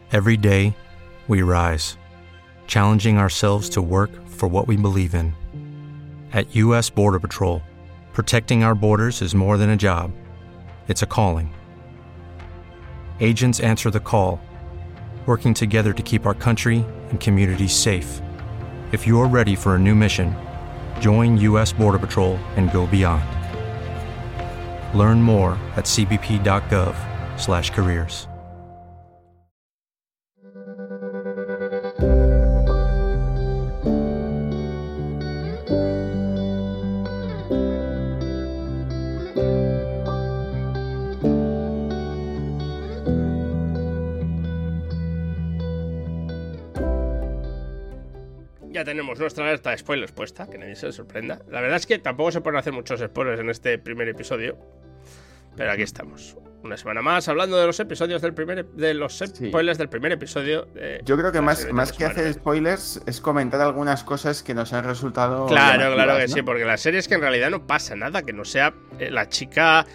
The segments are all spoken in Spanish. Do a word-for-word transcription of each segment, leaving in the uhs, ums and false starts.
Every day, we rise, challenging ourselves to work for what we believe in. At U S Border Patrol, protecting our borders is more than a job. It's a calling. Agents answer the call, working together to keep our country and communities safe. If you're ready for a new mission, join U S Border Patrol and go beyond. Learn more at c b p dot gov slash careers. Ya tenemos nuestra alerta de spoilers puesta, que nadie se sorprenda. La verdad es que tampoco se pueden hacer muchos spoilers en este primer episodio, pero aquí estamos. Una semana más hablando de los episodios del primer de los spoilers sí. del primer episodio. De Yo creo que más, más que hacer spoilers es comentar algunas cosas que nos han resultado. Claro, claro que ¿no? sí, porque la serie es que en realidad no pasa nada, que no sea eh, la chica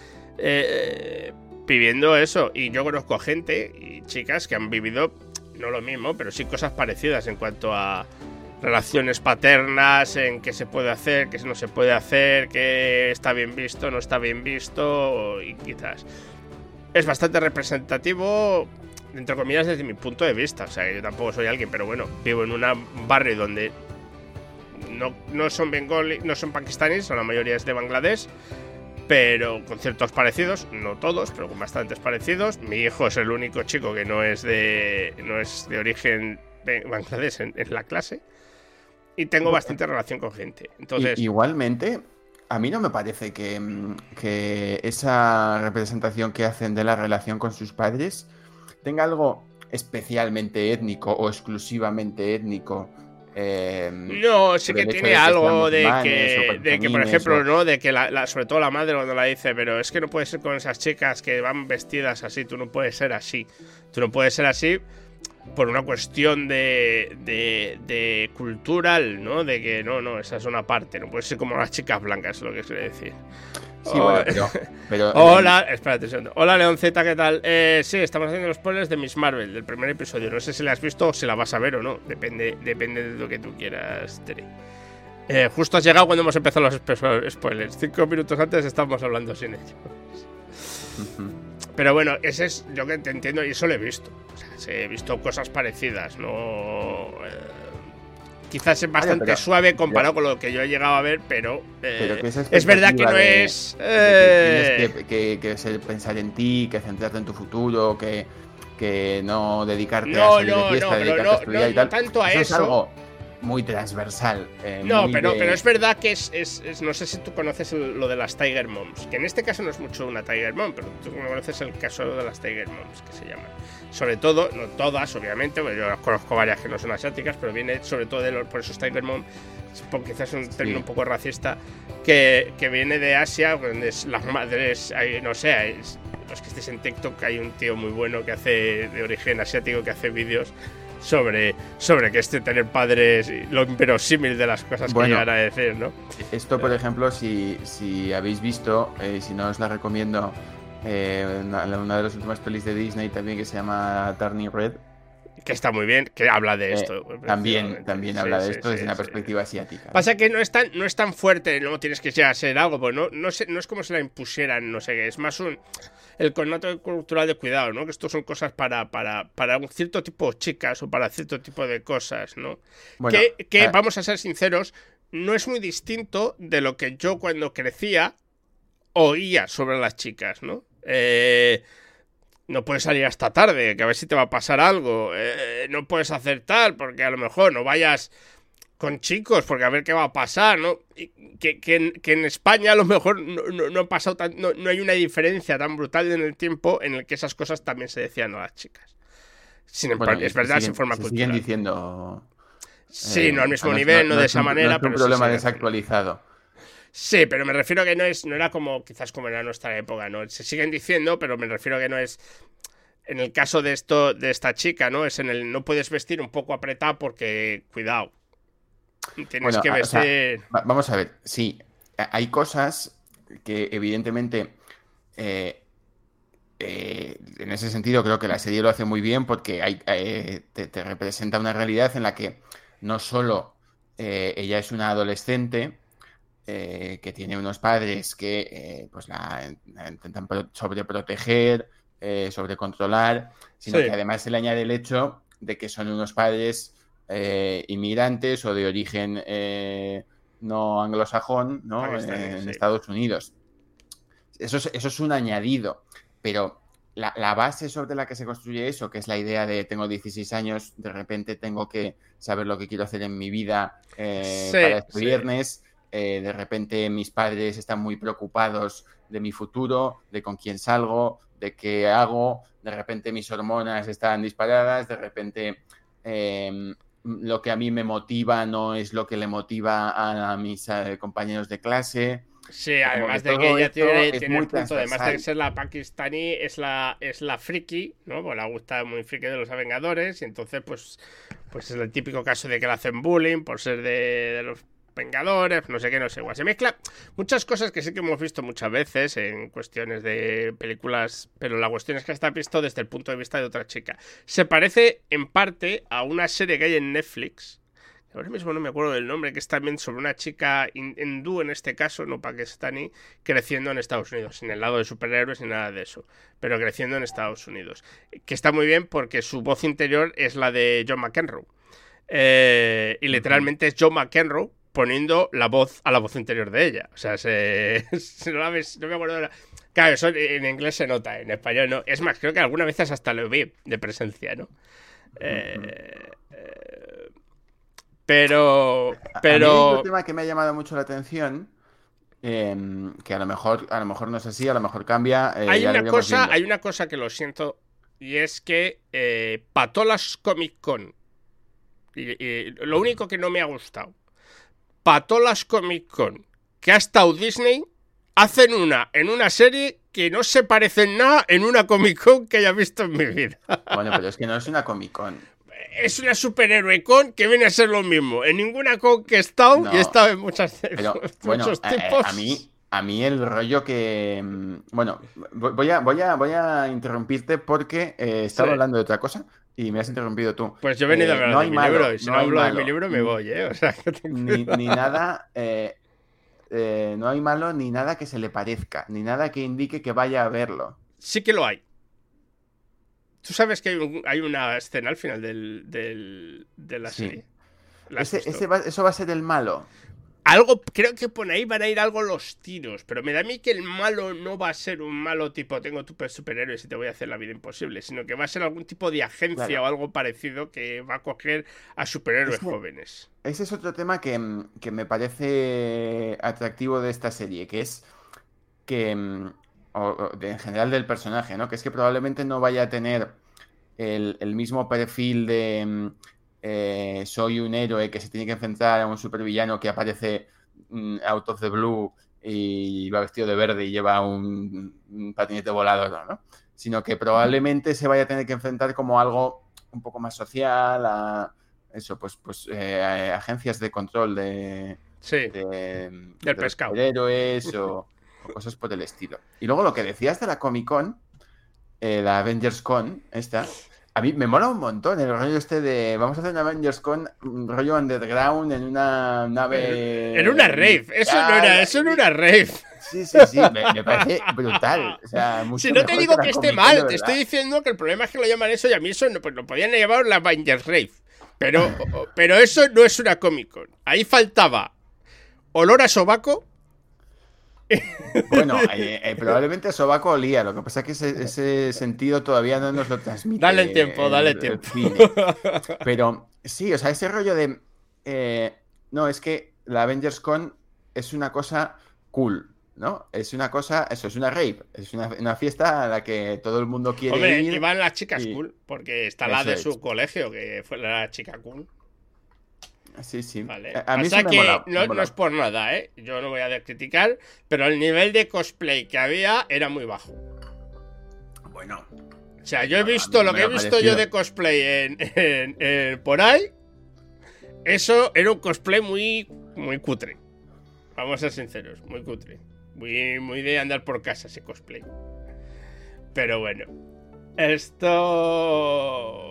eh, viviendo eso. Y yo conozco gente y chicas que han vivido no lo mismo, pero sí cosas parecidas en cuanto a relaciones paternas, en qué se puede hacer, qué no se puede hacer, qué está bien visto, no está bien visto, y quizás es bastante representativo, entre comillas, desde mi punto de vista. O sea, que yo tampoco soy alguien, pero bueno, vivo en un barrio donde no, no son bengali, no son pakistaníes, la mayoría es de Bangladesh, pero con ciertos parecidos, no todos, pero con bastantes parecidos. Mi hijo es el único chico que no es de, no es de origen Bangladesh en, en la clase. Y tengo bastante relación con gente. Entonces, I, igualmente, a mí no me parece que, que esa representación que hacen de la relación con sus padres tenga algo especialmente étnico o exclusivamente étnico. Eh, no, sí que tiene de algo de que, de que, por ejemplo, o... no, de que la, la, sobre todo la madre cuando la dice, pero es que no puedes ser con esas chicas que van vestidas así, tú no puedes ser así, tú no puedes ser así. Por una cuestión de, de, de cultural, ¿no? De que no, no, esa es una parte. No puede ser como las chicas blancas, es lo que quiere decir. Sí, oh, bueno, pero... pero Hola, eh... espérate un segundo. Hola, Leonceta, ¿qué tal? Eh, sí, estamos haciendo los spoilers de Miss Marvel, del primer episodio. No sé si la has visto o si la vas a ver o no. Depende, depende de lo que tú quieras, Tere. Eh, justo has llegado cuando hemos empezado los spoilers. Cinco minutos antes estábamos hablando sin ellos. Uh-huh. Pero bueno, ese es yo que te entiendo y eso lo he visto. O sea, he visto cosas parecidas, ¿no? Eh, quizás es bastante Oye, pero, suave comparado pero, con lo que yo he llegado a ver, pero, eh, pero es, es verdad que no de, es... Eh... Que tienes que, que, que pensar en ti, que centrarte en tu futuro, que, que no dedicarte no, a salir no, de fiesta, no, dedicarte no, a estudiar no, y tal. No tanto a eso. eso. Es algo muy transversal. Eh, no, muy pero, de... pero es verdad que es, es, es... No sé si tú conoces el, lo de las Tiger Moms, que en este caso no es mucho una Tiger Mom, pero tú conoces el caso de las Tiger Moms, que se llaman. Sobre todo, no todas, obviamente, porque yo conozco varias que no son asiáticas, pero viene sobre todo de los, por eso es Tiger Mom, porque quizás es un término sí. un poco racista, que, que viene de Asia, donde es, las madres, hay, no sé, hay, los que estéis en TikTok, hay un tío muy bueno que hace, de origen asiático, que hace vídeos sobre, sobre que este tener padres, lo inverosímil de las cosas bueno, que llegan a decir, ¿no? Esto, por ejemplo, si, si habéis visto, eh, si no os la recomiendo, eh, una, una de las últimas pelis de Disney también que se llama Turning Red. Que está muy bien, que habla de esto. Eh, también también habla sí, de esto sí, desde sí, una sí. perspectiva asiática. Pasa que no es tan, no es tan fuerte, no tienes que llegar a ser algo, pues no, no, sé, no es como si la impusieran, no sé qué, es más un... el connoto cultural de cuidado, ¿no? Que esto son cosas para, para, para un cierto tipo de chicas o para cierto tipo de cosas, ¿no? Bueno, que, que eh... vamos a ser sinceros, no es muy distinto de lo que yo cuando crecía oía sobre las chicas, ¿no? Eh... No puedes salir hasta tarde, que a ver si te va a pasar algo. Eh, no puedes hacer tal, porque a lo mejor no vayas con chicos, porque a ver qué va a pasar, ¿no? Y que, que, en, que en España a lo mejor no, no, no ha pasado tan, no, no hay una diferencia tan brutal en el tiempo en el que esas cosas también se decían a las chicas. Sin bueno, embargo, es verdad, siguen, sin forma se cultural. siguen diciendo... Sí, eh, no al mismo no, nivel, no, no de es esa un, manera, no es un pero problema sí, sí, desactualizado. Sí, pero me refiero a que no es, no era como, quizás como era nuestra época, ¿no? Se siguen diciendo, pero me refiero a que no es... En el caso de esto, de esta chica, ¿no? Es en el no puedes vestir un poco apretado porque, cuidado, tienes bueno, que vestir... O sea, vamos a ver, sí, hay cosas que evidentemente eh, eh, en ese sentido creo que la serie lo hace muy bien porque hay, eh, te, te representa una realidad en la que no solo eh, ella es una adolescente eh, que tiene unos padres que eh, pues la, la intentan pro- sobreproteger, eh, sobrecontrolar, sino Sí. que además se le añade el hecho de que son unos padres eh, inmigrantes o de origen eh, no anglosajón, ¿no? Pakistaní, Eh, en sí. Estados Unidos. Eso es, eso es un añadido, pero la, la base sobre la que se construye eso, que es la idea de tengo dieciséis años, de repente tengo que saber lo que quiero hacer en mi vida eh, Sí, para este sí. viernes, eh, de repente mis padres están muy preocupados de mi futuro, de con quién salgo, de qué hago, de repente mis hormonas están disparadas, de repente eh, lo que a mí me motiva no es lo que le motiva a, a mis eh, compañeros de clase. Sí, Como además que de que todo ella esto tiene, es tiene muy el punto, además de transversal. ser la pakistaní, es la, es la friki, ¿no? Pues le gusta muy friki de los Vengadores, y entonces, pues, pues es el típico caso de que le hacen bullying por ser de, de los Vengadores, no sé qué, no sé. Igual se mezcla muchas cosas que sí que hemos visto muchas veces en cuestiones de películas, pero la cuestión es que está visto desde el punto de vista de otra chica. Se parece en parte a una serie que hay en Netflix. Ahora mismo no me acuerdo del nombre, que es también sobre una chica hindú en este caso, no pakistaní, creciendo en Estados Unidos, sin el lado de superhéroes ni nada de eso, pero creciendo en Estados Unidos. Que está muy bien porque su voz interior es la de John McEnroe. Eh, y literalmente es John McEnroe poniendo la voz a la voz interior de ella. O sea, se, se no la ves, no me acuerdo de la... Claro, eso en inglés se nota, en español no. Es más, creo que algunas veces hasta lo vi de presencia, ¿no? Eh... eh Pero, pero... A mí hay otro tema que me ha llamado mucho la atención, eh, que a lo mejor, a lo mejor no es así, a lo mejor cambia. Eh, hay ya lo una iremos cosa, viendo. hay una cosa que lo siento, y es que eh, pató las Comic Con. Y, y lo único que no me ha gustado, pató las Comic Con que ha estado Disney, hacen una en una serie que no se parece en nada en una Comic Con que haya visto en mi vida. Bueno, pero es que no es una Comic Con. Es una superhéroe con que viene a ser lo mismo. En ninguna con que he estado, No, y he estado en muchas, Pero muchos bueno, a, tipos. a mí, a mí el rollo que... Bueno, voy a, voy a, voy a interrumpirte porque eh, estaba Sí. hablando de otra cosa y me has interrumpido tú. Pues yo he venido Eh, a hablar no de hay mi malo, libro, y si no, no hay hablo de malo. mi libro me voy, ¿eh? O sea, que ten Ni, cuidado. ni nada... eh, eh, no hay malo ni nada que se le parezca, ni nada que indique que vaya a verlo. Sí que lo hay. Tú sabes que hay, un- hay una escena al final del, del- de la Sí. serie. ¿La has Ese, visto? ese va- eso va a ser el malo. Algo, creo que por ahí van a ir algo los tiros, pero me da a mí que el malo no va a ser un malo tipo tengo tu superhéroes y te voy a hacer la vida imposible, sino que va a ser algún tipo de agencia Claro. o algo parecido que va a coger a superhéroes Ese- jóvenes. Ese es otro tema que, mm, que me parece atractivo de esta serie, que es que, mm, o, o de- en general del personaje, ¿no? Que es que probablemente no vaya a tener el, el mismo perfil de mm, eh, soy un héroe que se tiene que enfrentar a un supervillano que aparece mm, out of the blue y va vestido de verde y lleva un, un patinete volador, ¿no? Sino que probablemente se vaya a tener que enfrentar como algo un poco más social, a eso, pues, pues eh, a agencias de control de, Sí, de, de del los pescado. superhéroes o, o cosas por el estilo. Y luego lo que decías de la Comic Con, eh, la Avengers Con, esta, a mí me mola un montón el rollo este de vamos a hacer una Avengers Con un rollo underground en una nave. En una rave, eso no era, eso no era rave. Sí, sí, sí, me, me parece brutal. O sea, mucho Si no te mejor digo la que esté Comic Con, mal, de te verdad. estoy diciendo que el problema es que lo llaman eso y a mí eso no, pues lo podían llamar la Avengers Rave. Pero, o- pero eso no es una Comic Con. Ahí faltaba olor a sobaco. Bueno, eh, eh, probablemente Sobaco olía, lo que pasa es que ese, ese sentido todavía no nos lo transmite. Dale tiempo, el- dale el tiempo. cine. Pero sí, o sea, ese rollo de... eh, no, es que la Avengers Con es una cosa cool, ¿no? Es una cosa, eso, es una rave, es una, una fiesta a la que todo el mundo quiere Hombre, ir. y van las chicas y- cool, porque está la Eso de es. su colegio, que fue la chica cool. Sí, sí. Vale. A, a mí Pasa eso me que mola, me no, mola. no es por nada, ¿eh? Yo no voy a criticar, pero el nivel de cosplay que había era muy bajo. Bueno, O sea, yo he A mí visto no lo me que he ha visto parecido. yo de cosplay en, en- en- por ahí. Eso era un cosplay muy, muy cutre. Vamos a ser sinceros, muy cutre. Muy, muy de andar por casa ese cosplay. Pero bueno, esto...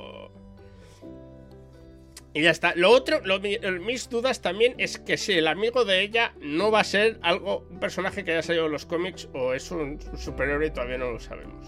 Y ya está. Lo otro, lo, mis dudas también es que si el amigo de ella no va a ser algo, un personaje que haya salido en los cómics o es un, un superhéroe y todavía no lo sabemos.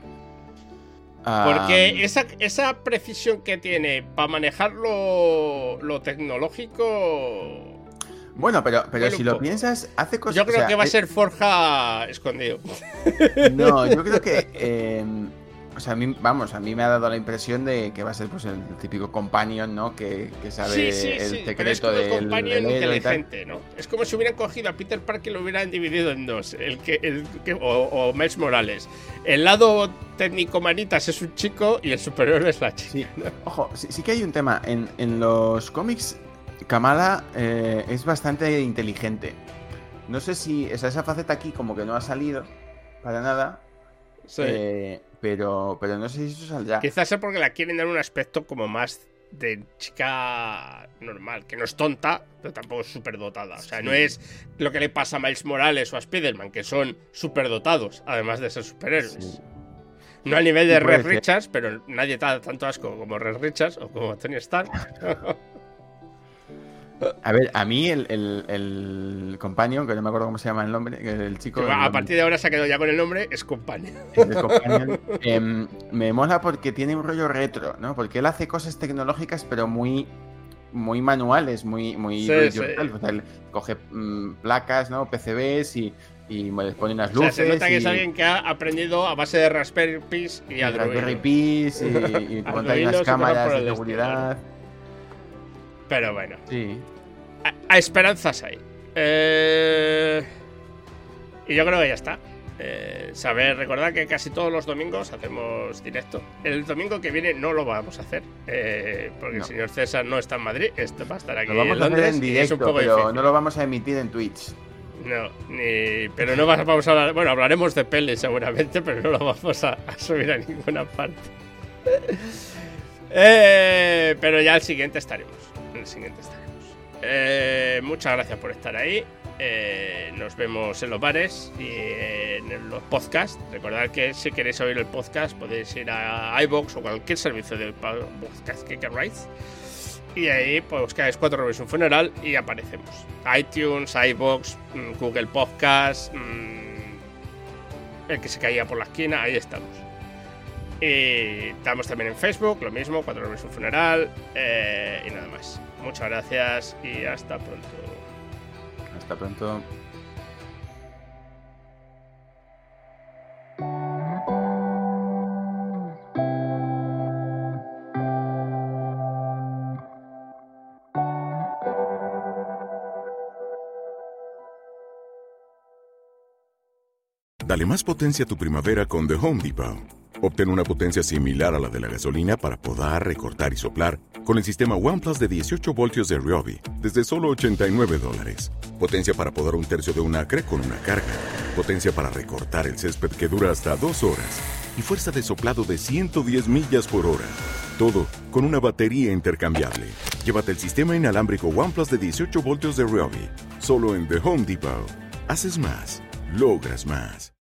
Porque um... esa, esa precisión que tiene para manejar lo, lo tecnológico... Bueno, pero, pero si lo piensas, hace cosas... Yo creo o sea, que va es... a ser Forja escondido. No, yo creo que... Eh... O sea, a mí, vamos, a mí me ha dado la impresión de que va a ser pues el típico companion, ¿no? Que, que sabe sí, sí, el sí, secreto del... Es como el companion inteligente, ¿no? Es como si hubieran cogido a Peter Parker y lo hubieran dividido en dos. El que, el que, o, o Miles Morales. El lado técnico manitas es un chico y el superior es la chica. Sí. Ojo, sí, sí que hay un tema. En, en los cómics, Kamala eh, es bastante inteligente. No sé si... O sea, esa faceta aquí como que no ha salido para nada. Sí. Eh, pero, pero no sé si eso saldrá. Quizás sea porque la quieren dar un aspecto como más de chica normal, que no es tonta, pero tampoco es superdotada. O sea, sí. No es lo que le pasa a Miles Morales o a Spider-Man, que son superdotados, además de ser superhéroes. Sí. No al nivel de Reed Richards, pero nadie da tanto asco como Reed Richards o como Tony Stark. A ver, a mí el, el, el companion, que no me acuerdo cómo se llama el nombre, el chico... A el, partir de ahora se ha quedado ya con el nombre, es companion. El companion eh, me mola porque tiene un rollo retro, ¿no? Porque él hace cosas tecnológicas, pero muy muy manuales, muy, muy sí, sí. O sea, él coge mmm, placas, ¿no? P C Bs y, y les pone unas luces. O sea, se nota y... que es alguien que ha aprendido a base de Raspberry Pis y Arduino. Raspberry Pis y, y monta unas cámaras de seguridad. Estilo, ¿no? Pero bueno. Sí. A, a esperanzas hay. Eh... Y yo creo que ya está. Eh, saber, recordad que casi todos los domingos hacemos directo. El domingo que viene no lo vamos a hacer eh, porque no. El señor César no está en Madrid. Esto va a estar aquí lo vamos en Londres a hacer en directo, es un poco pero difícil. No lo vamos a emitir en Twitch. No, ni, pero no vamos a hablar. Bueno, hablaremos de pelis seguramente, pero no lo vamos a, a subir a ninguna parte. eh, pero ya el siguiente estaremos. El siguiente estaremos. Eh, muchas gracias por estar ahí. Eh, nos vemos en los bares y en los podcasts. Recordad que si queréis oír el podcast podéis ir a iVoox o cualquier servicio de podcast que queráis. Y ahí pues buscáis Cuatro Reyes un Funeral y aparecemos. iTunes, iVoox, Google Podcast, mmm, el que se caía por la esquina, ahí estamos. Y estamos también en Facebook, lo mismo, Cuatro Reyes un Funeral eh, y nada más. Muchas gracias y hasta pronto. Hasta pronto. Dale más potencia a tu primavera con The Home Depot. Obtén una potencia similar a la de la gasolina para podar, recortar y soplar con el sistema OnePlus de dieciocho voltios de Ryobi desde solo ochenta y nueve dólares. Potencia para podar un tercio de un acre con una carga. Potencia para recortar el césped que dura hasta dos horas. Y fuerza de soplado de ciento diez millas por hora. Todo con una batería intercambiable. Llévate el sistema inalámbrico OnePlus de dieciocho voltios de Ryobi. Solo en The Home Depot. Haces más. Logras más.